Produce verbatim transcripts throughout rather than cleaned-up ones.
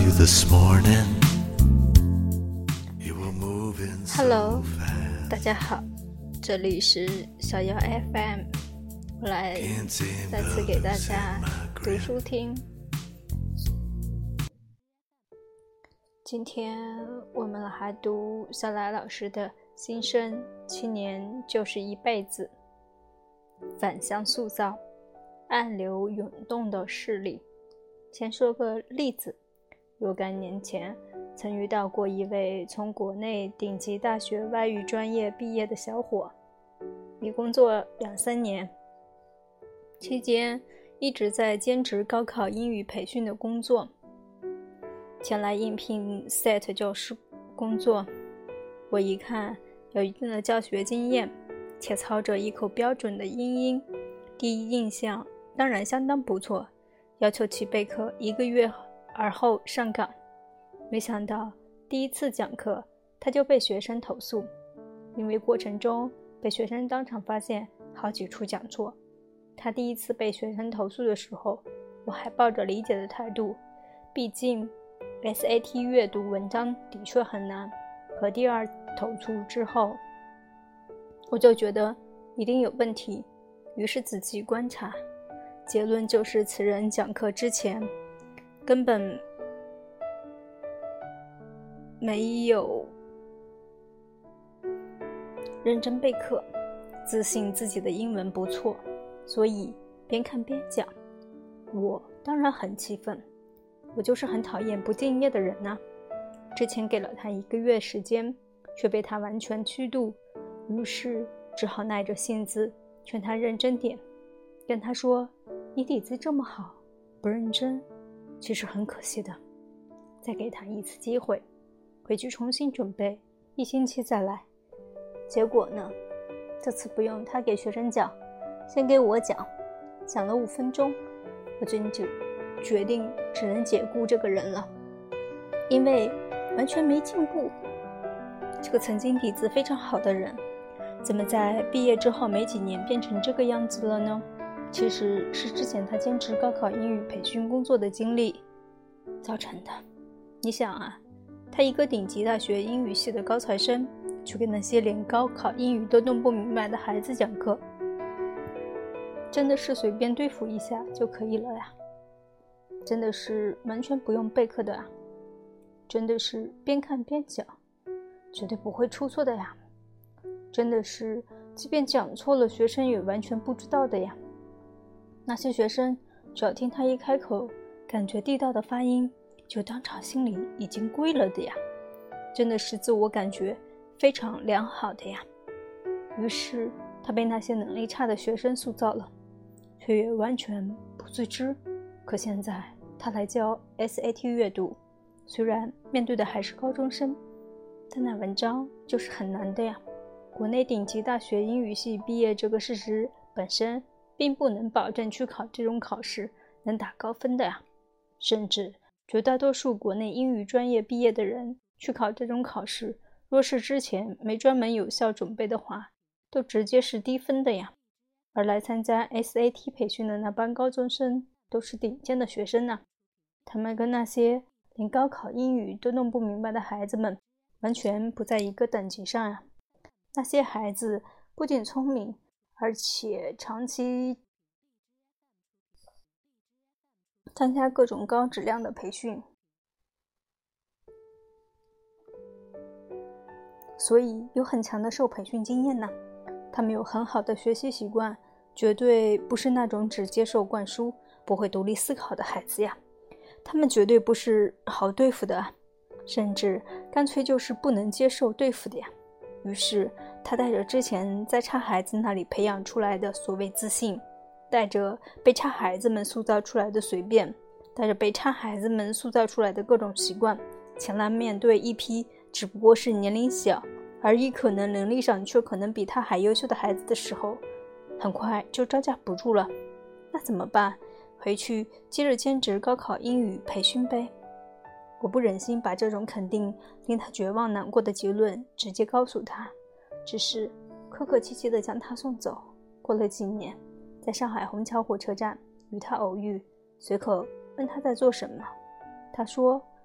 you this morning. You were moving so Hello， fast. 大家好，这里是小妖 F M， 我来再次给大家读书听。今天我们来读小来老师的《新生七年就是一辈子》，反向塑造暗流涌动的势力。先说个例子，若干年前曾遇到过一位从国内顶级大学外语专业毕业的小伙，已工作两三年，期间一直在兼职高考英语培训的工作，前来应聘 S A T 教师工作。我一看有一定的教学经验，且操着一口标准的英音，第一印象当然相当不错，要求其备课一个月而后上岗。没想到第一次讲课他就被学生投诉，因为过程中被学生当场发现好几处讲错。他第一次被学生投诉的时候，我还抱着理解的态度，毕竟 S A T 阅读文章的确很难。可第二投诉之后，我就觉得一定有问题，于是仔细观察，结论就是此人讲课之前根本没有认真备课，自信自己的英文不错，所以边看边讲。我当然很气愤，我就是很讨厌不敬业的人啊。之前给了他一个月时间，却被他完全驱度，于是只好耐着性子劝他认真点，跟他说你底子这么好，不认真其实很可惜的，再给他一次机会，回去重新准备，一星期再来。结果呢，这次不用他给学生讲，先给我讲，讲了五分钟，我真就决定只能解雇这个人了，因为完全没进步。这个曾经底子非常好的人，怎么在毕业之后没几年变成这个样子了呢？其实是之前他兼职高考英语培训工作的经历造成的。你想啊，他一个顶级大学英语系的高材生，去给那些连高考英语都弄不明白的孩子讲课，真的是随便对付一下就可以了呀？真的是完全不用备课的啊？真的是边看边讲，绝对不会出错的呀？真的是即便讲错了，学生也完全不知道的呀？那些学生只要听他一开口，感觉地道的发音，就当场心里已经归了的呀？真的是自我感觉非常良好的呀？于是他被那些能力差的学生塑造了，却也完全不自知。可现在他来教 S A T 阅读，虽然面对的还是高中生，但那文章就是很难的呀。国内顶级大学英语系毕业这个事实本身并不能保证去考这种考试能打高分的呀，甚至绝大多数国内英语专业毕业的人去考这种考试，若是之前没专门有效准备的话，都直接是低分的呀。而来参加 S A T 培训的那帮高中生都是顶尖的学生呢，他们跟那些连高考英语都弄不明白的孩子们完全不在一个等级上呀。那些孩子不仅聪明，而且长期参加各种高质量的培训，所以有很强的受培训经验呢。他们有很好的学习习惯，绝对不是那种只接受灌输不会独立思考的孩子呀。他们绝对不是好对付的啊，甚至干脆就是不能接受对付的呀。于是他带着之前在差孩子那里培养出来的所谓自信，带着被差孩子们塑造出来的随便，带着被差孩子们塑造出来的各种习惯，前来面对一批只不过是年龄小而亦可能能力上却可能比他还优秀的孩子的时候，很快就招架不住了。那怎么办？回去接着兼职高考英语培训呗。我不忍心把这种肯定令他绝望难过的结论直接告诉他，只是客客气气地将他送走。过了几年，在上海虹桥火车站与他偶遇，随口问他在做什么。他说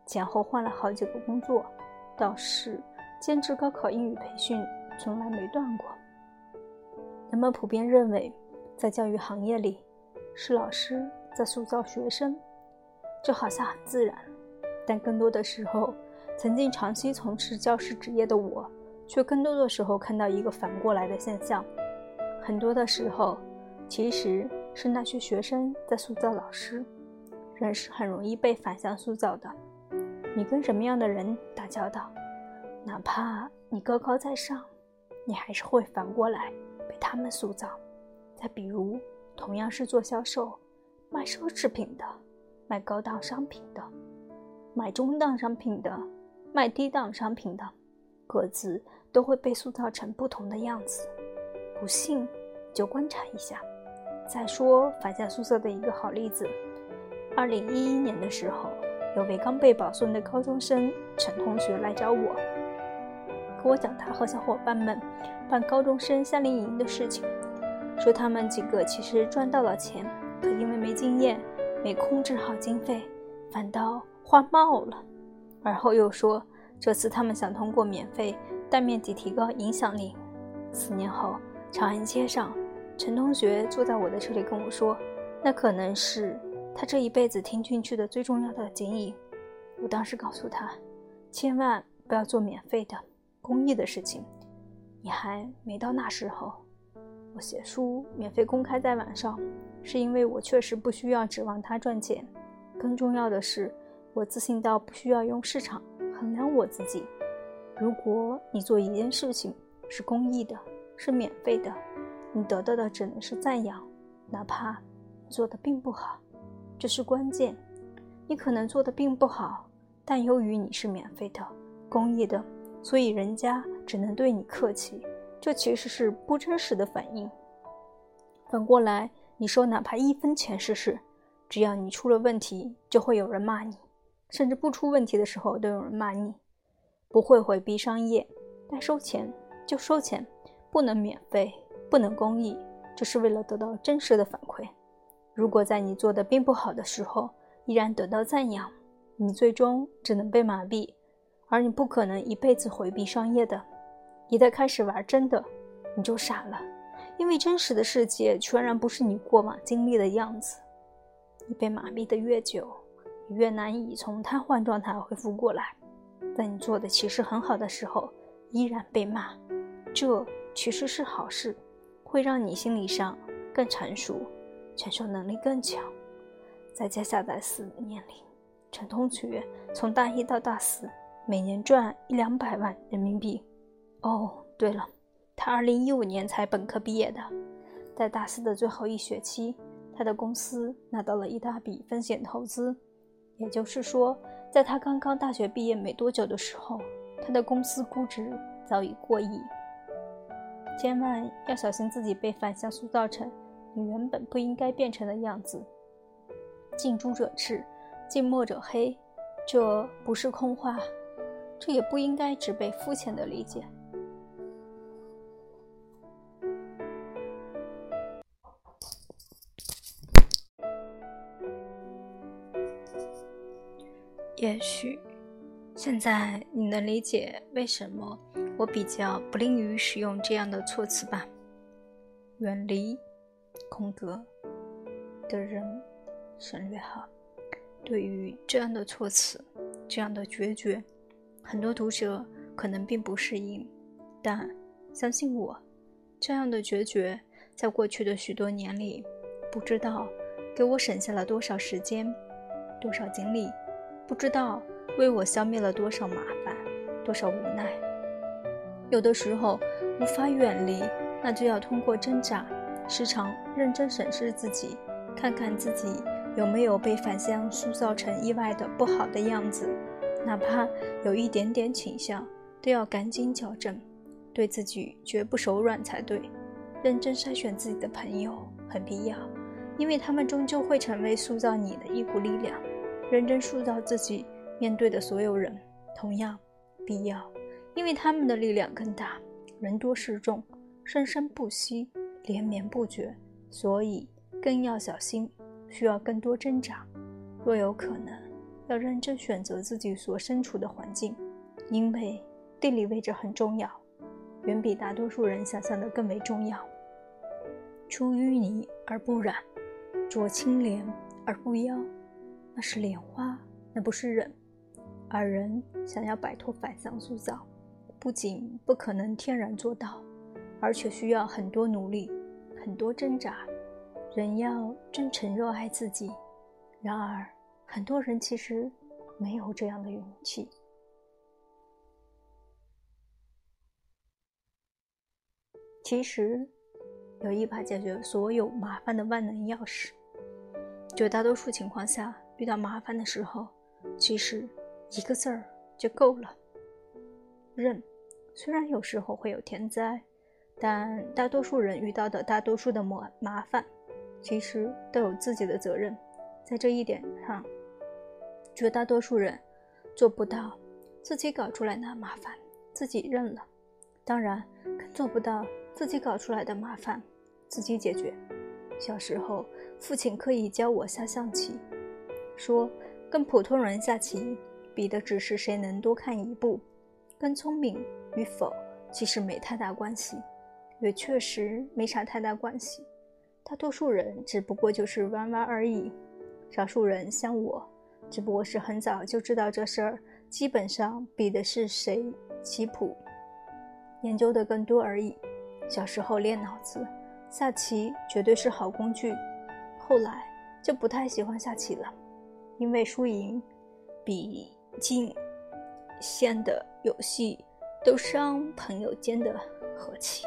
前后换了好几个工作，倒是兼职高考英语培训从来没断过。人们普遍认为，在教育行业里，是老师在塑造学生，这好像很自然，但更多的时候，曾经长期从事教师职业的我，却更多的时候看到一个反过来的现象。很多的时候，其实是那些学生在塑造老师。人是很容易被反向塑造的，你跟什么样的人打交道，哪怕你高高在上，你还是会反过来被他们塑造。再比如，同样是做销售，卖奢侈品的，卖高档商品的，买中档商品的，卖低档商品的，各自都会被塑造成不同的样子。不信就观察一下。再说反向塑造的一个好例子，二零一一年的时候，有位刚被保送的高中生陈同学来找我，跟我讲他和小伙伴们办高中生夏令营的事情，说他们几个其实赚到了钱，可因为没经验，没控制好经费，反倒花冒了。而后又说，这次他们想通过免费大面积提高影响力。四年后，长安街上，陈同学坐在我的车里跟我说，那可能是他这一辈子听进去的最重要的建议。我当时告诉他，千万不要做免费的公益的事情，你还没到那时候。我写书免费公开在网上，是因为我确实不需要指望它赚钱，更重要的是，我自信到不需要用市场衡量我自己。如果你做一件事情是公益的，是免费的，你得到的只能是赞扬，哪怕你做的并不好。这是关键，你可能做的并不好，但由于你是免费的、公益的，所以人家只能对你客气，这其实是不真实的反应。反过来，你收哪怕一分钱试试，只要你出了问题，就会有人骂你，甚至不出问题的时候都有人骂你。不会回避商业，该收钱就收钱，不能免费，不能公益，这是为了得到真实的反馈。如果在你做的并不好的时候依然得到赞扬，你最终只能被麻痹，而你不可能一辈子回避商业的。一旦开始玩真的，你就傻了，因为真实的世界全然不是你过往经历的样子。你被麻痹的越久，你越难以从瘫痪状态恢复过来。在你做的其实很好的时候依然被骂，这其实是好事，会让你心理上更成熟，承受能力更强。在接下来四年里，陈同学从大一到大四，每年赚一两百万人民币。哦，对了，他二零一五年才本科毕业的，在大四的最后一学期，他的公司拿到了一大笔风险投资，也就是说，在他刚刚大学毕业没多久的时候，他的公司估值早已过亿。千万要小心自己被反向塑造成你原本不应该变成的样子。近朱者赤，近墨者黑，这不是空话，这也不应该只被肤浅的理解。也许现在你能理解为什么我比较不吝于使用这样的措辞吧。远离空格的人省略号。对于这样的措辞，这样的决绝，很多读者可能并不适应，但相信我，这样的决绝在过去的许多年里，不知道给我省下了多少时间，多少精力，不知道为我消灭了多少麻烦，多少无奈。有的时候无法远离，那就要通过挣扎，时常认真审视自己，看看自己有没有被反向塑造成意外的不好的样子，哪怕有一点点倾向，都要赶紧矫正，对自己绝不手软才对。认真筛选自己的朋友很必要，因为他们终究会成为塑造你的一股力量。认真塑造自己面对的所有人同样必要，因为他们的力量更大，人多势众，生生不息，连绵不绝，所以更要小心，需要更多挣扎。若有可能， 要认真选择自己所身处的环境，因为地理位置很重要，远比大多数人想象的更为重要。出淤泥而不染，濯清涟而不妖，那是莲花，那不是人。而人想要摆脱反向塑造，不仅不可能天然做到，而且需要很多努力，很多挣扎。人要真诚热爱自己，然而很多人其实没有这样的勇气。其实有一把解决所有麻烦的万能钥匙，绝大多数情况下遇到麻烦的时候，其实一个字儿就够了，认。虽然有时候会有天灾，但大多数人遇到的大多数的麻烦其实都有自己的责任。在这一点上，绝大多数人做不到自己搞出来的麻烦自己认了，当然更做不到自己搞出来的麻烦自己解决。小时候父亲刻意教我下象棋，说跟普通人下棋比的只是谁能多看一步，跟聪明与否其实没太大关系，也确实没啥太大关系。大多数人只不过就是玩玩而已，少数人像我，只不过是很早就知道这事儿，基本上比的是谁棋谱研究的更多而已。小时候练脑子，下棋绝对是好工具，后来就不太喜欢下棋了，因为输赢比进线的游戏都伤朋友间的和气。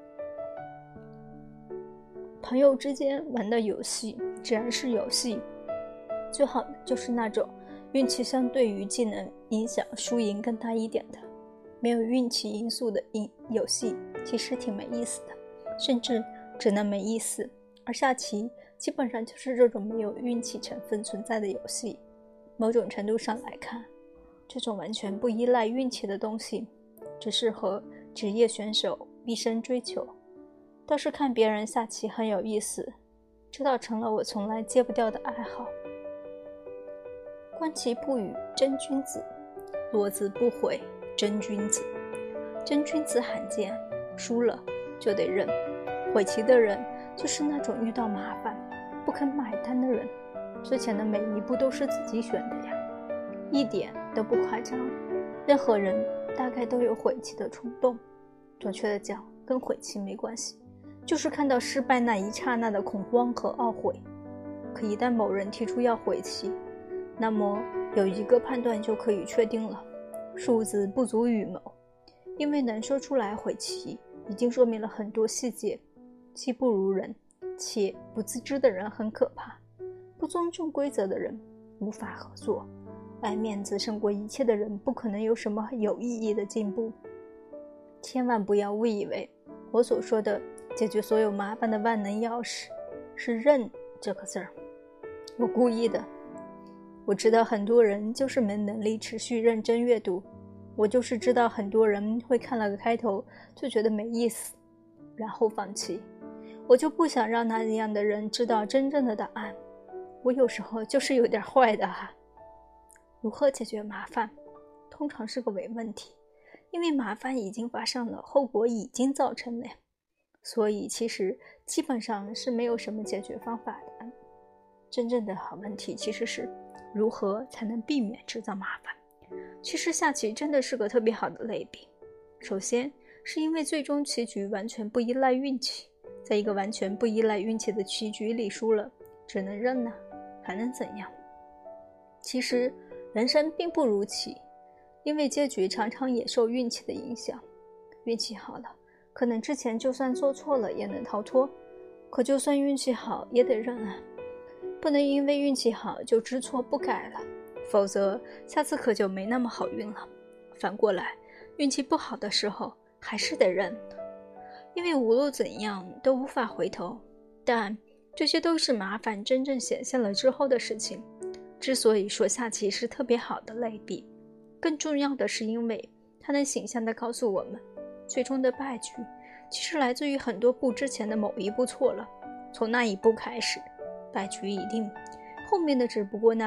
朋友之间玩的游戏只然是游戏，最好的就是那种运气相对于技能影响输赢更大一点的。没有运气因素的游戏其实挺没意思的，甚至只能没意思。而下棋基本上就是这种没有运气成分存在的游戏。某种程度上来看，这种完全不依赖运气的东西只适合职业选手毕生追求。倒是看别人下棋很有意思，这倒成了我从来戒不掉的爱好。观棋不语真君子，落子不悔真君子。真君子罕见，输了就得认。悔棋的人就是那种遇到麻烦不肯买单的人，之前的每一步都是自己选的呀，一点都不夸张。任何人大概都有悔棋的冲动，准确的讲跟悔棋没关系，就是看到失败那一刹那的恐慌和懊悔。可一旦某人提出要悔棋，那么有一个判断就可以确定了，数字不足与谋。因为能说出来悔棋已经说明了很多细节，技不如人，且不自知的人很可怕，不尊重规则的人无法合作，爱面子胜过一切的人不可能有什么有意义的进步。千万不要误以为我所说的解决所有麻烦的万能钥匙是认这个字儿，我故意的。我知道很多人就是没能力持续认真阅读，我就是知道很多人会看了个开头就觉得没意思，然后放弃。我就不想让那样的人知道真正的答案。我有时候就是有点坏的哈。如何解决麻烦通常是个伪问题，因为麻烦已经发生了，后果已经造成了，所以其实基本上是没有什么解决方法的。真正的好问题其实是如何才能避免制造麻烦。其实下棋真的是个特别好的类比。首先是因为最终棋局完全不依赖运气，在一个完全不依赖运气的棋局里输了，只能认呢，还能怎样？其实人生并不如棋，因为结局常常也受运气的影响。运气好了，可能之前就算做错了也能逃脱，可就算运气好也得认啊，不能因为运气好就知错不改了，否则下次可就没那么好运了。反过来，运气不好的时候还是得认，因为无论怎样都无法回头。但这些都是麻烦真正显现了之后的事情。之所以说下棋是特别好的类比，更重要的是因为它能形象地告诉我们，最终的败局其实来自于很多步之前的某一步错了，从那一步开始，败局已定，后面的只不过那是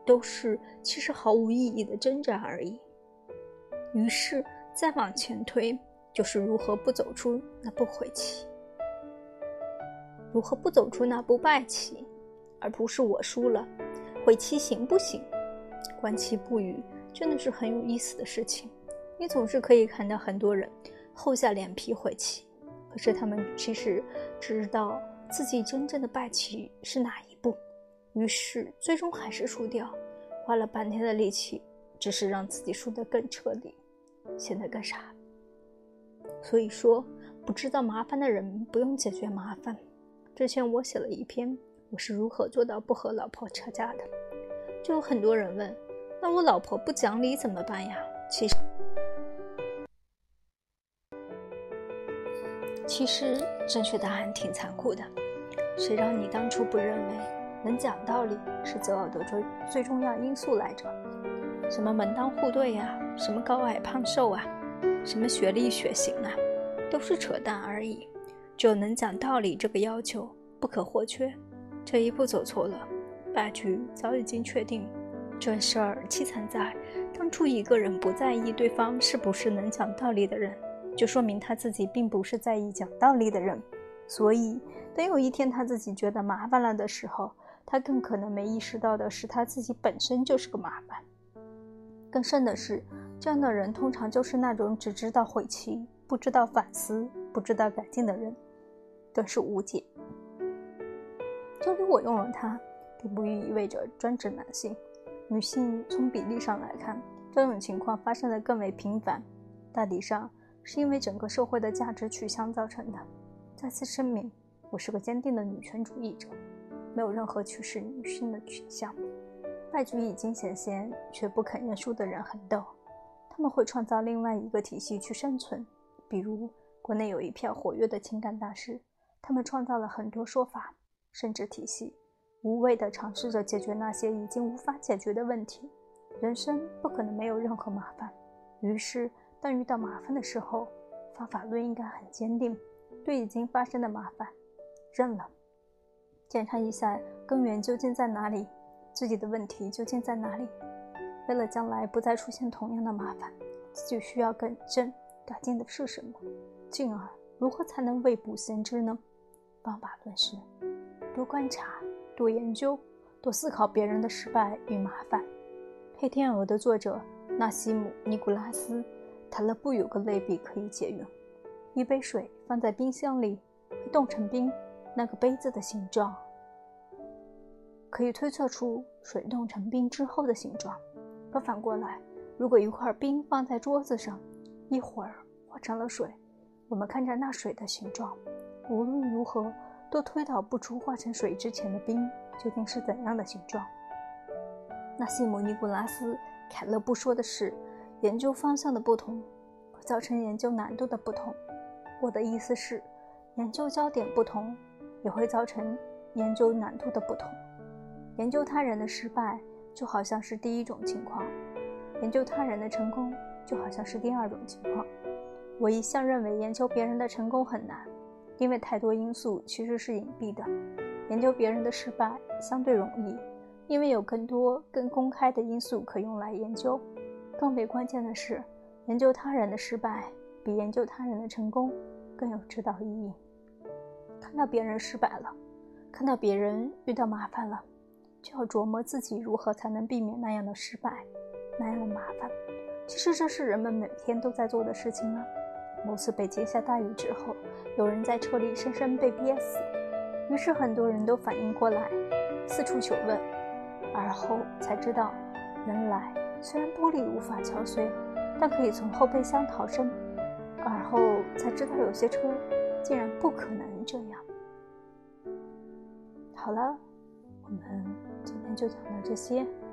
都是其实毫无意义的挣扎而已。于是再往前推，就是如何不走出那步悔棋，如何不走出那步败棋，而不是我输了，悔棋行不行？观棋不语真的是很有意思的事情。你总是可以看到很多人厚下脸皮悔棋，可是他们其实只知道自己真正的败棋是哪一步，于是最终还是输掉，花了半天的力气，只是让自己输得更彻底，显得更傻。所以说，不知道麻烦的人不用解决麻烦。之前我写了一篇我是如何做到不和老婆吵架的，就有很多人问，那我老婆不讲理怎么办呀？其实其实正确答案挺残酷的，谁让你当初不认为能讲道理是择偶的最最重要因素来着？什么门当户对呀、啊，什么高矮胖瘦啊，什么学历血型啊，都是扯淡而已。只有能讲道理这个要求不可或缺，这一步走错了，败局早已经确定。这事儿凄惨在当初一个人不在意对方是不是能讲道理的人，就说明他自己并不是在意讲道理的人，所以等有一天他自己觉得麻烦了的时候，他更可能没意识到的是他自己本身就是个麻烦。更甚的是，这样的人通常就是那种只知道悔棋，不知道反思，不知道改进的人，更是无解。就连我用了它，并不意味着专指男性，女性从比例上来看，这种情况发生的更为频繁，大体上是因为整个社会的价值取向造成的。再次声明，我是个坚定的女权主义者，没有任何歧视女性的取向。败局已经显现却不肯认输的人很逗，他们会创造另外一个体系去生存。比如国内有一票活跃的情感大师，他们创造了很多说法甚至体系，无谓地尝试着解决那些已经无法解决的问题。人生不可能没有任何麻烦，于是当遇到麻烦的时候，方法论应该很坚定，对已经发生的麻烦认了，检查一下根源究竟在哪里，自己的问题究竟在哪里。为了将来不再出现同样的麻烦，自己需要更正改进的是什么，进而如何才能未卜先知呢？方法论是多观察，多研究，多思考别人的失败与麻烦。黑天鹅的作者纳西姆·尼古拉斯谈了不有个类比可以借用，一杯水放在冰箱里会冻成冰，那个杯子的形状可以推测出水冻成冰之后的形状。可反过来，如果一块冰放在桌子上，一会儿化成了水，我们看着那水的形状，无论如何都推导不出化成水之前的冰究竟是怎样的形状。纳西姆·尼古拉斯·凯勒不说的是，研究方向的不同会造成研究难度的不同。我的意思是，研究焦点不同也会造成研究难度的不同。研究他人的失败就好像是第一种情况，研究他人的成功就好像是第二种情况。我一向认为研究别人的成功很难，因为太多因素其实是隐蔽的。研究别人的失败相对容易，因为有更多更公开的因素可用来研究。更为关键的是，研究他人的失败比研究他人的成功更有指导意义。看到别人失败了，看到别人遇到麻烦了，就要琢磨自己如何才能避免那样的失败，那样的麻烦。其实这是人们每天都在做的事情啊。某次北京下大雨之后，有人在车里深深被憋死，于是很多人都反应过来，四处求问，而后才知道，原来虽然玻璃无法敲碎，但可以从后备箱逃生。而后才知道有些车竟然不可能这样。好了，我们今天就讲到这些。